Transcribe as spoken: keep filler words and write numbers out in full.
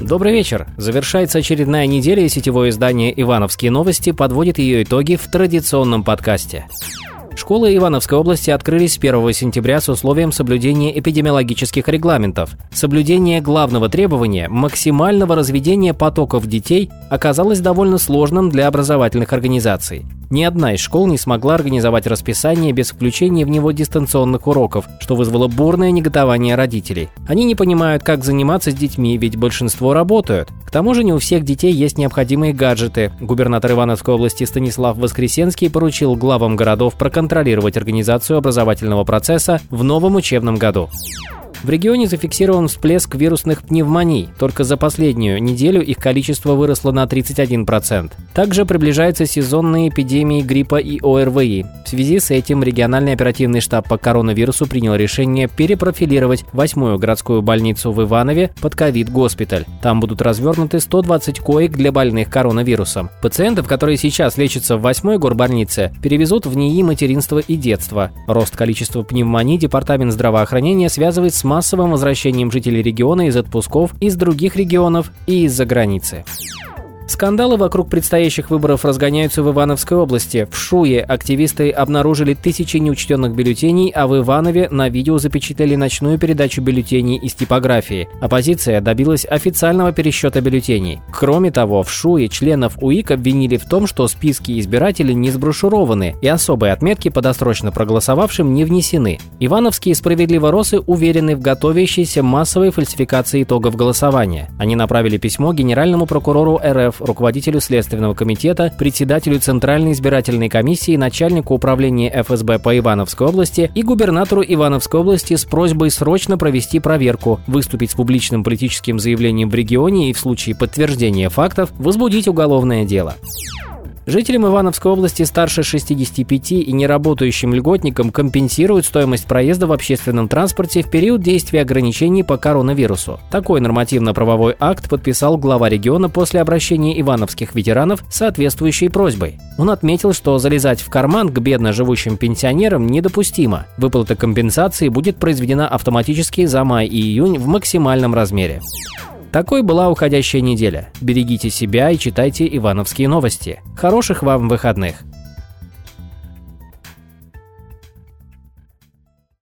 Добрый вечер. Завершается очередная неделя, и сетевое издание «Ивановские новости» подводит ее итоги в традиционном подкасте. Школы Ивановской области открылись с первого сентября с условием соблюдения эпидемиологических регламентов. Соблюдение главного требования – максимального разведения потоков детей оказалось довольно сложным для образовательных организаций. Ни одна из школ не смогла организовать расписание без включения в него дистанционных уроков, что вызвало бурное негодование родителей. Они не понимают, как заниматься с детьми, ведь большинство работают. К тому же не у всех детей есть необходимые гаджеты. Губернатор Ивановской области Станислав Воскресенский поручил главам городов проконтролировать организацию образовательного процесса в новом учебном году. В регионе зафиксирован всплеск вирусных пневмоний. Только за последнюю неделю их количество выросло на тридцать один процент. Также приближаются сезонные эпидемии гриппа и ОРВИ. В связи с этим региональный оперативный штаб по коронавирусу принял решение перепрофилировать восьмую городскую больницу в Иванове под ковид-госпиталь. Там будут развернуты сто двадцать коек для больных коронавирусом. Пациентов, которые сейчас лечатся в восьмой горбольнице, перевезут в НИИ материнства и детства. Рост количества пневмоний Департамент здравоохранения связывает с массовым возвращением жителей региона из отпусков из других регионов и из-за границы. Скандалы вокруг предстоящих выборов разгоняются в Ивановской области. В Шуе активисты обнаружили тысячи неучтенных бюллетеней, а в Иванове на видео запечатлели ночную передачу бюллетеней из типографии. Оппозиция добилась официального пересчета бюллетеней. Кроме того, в Шуе членов УИК обвинили в том, что списки избирателей не сброшурованы и особые отметки по досрочно проголосовавшим не внесены. Ивановские справедливоросы уверены в готовящейся массовой фальсификации итогов голосования. Они направили письмо генеральному прокурору РФ, руководителю Следственного комитета, председателю Центральной избирательной комиссии, начальнику управления эф эс бэ по Ивановской области и губернатору Ивановской области с просьбой срочно провести проверку, выступить с публичным политическим заявлением в регионе и в случае подтверждения фактов возбудить уголовное дело. Жителям Ивановской области старше шестидесяти пяти и неработающим льготникам компенсируют стоимость проезда в общественном транспорте в период действия ограничений по коронавирусу. Такой нормативно-правовой акт подписал глава региона после обращения ивановских ветеранов с соответствующей просьбой. Он отметил, что залезать в карман к бедно живущим пенсионерам недопустимо. Выплата компенсации будет произведена автоматически за май и июнь в максимальном размере. Такой была уходящая неделя. Берегите себя и читайте Ивановские новости. Хороших вам выходных!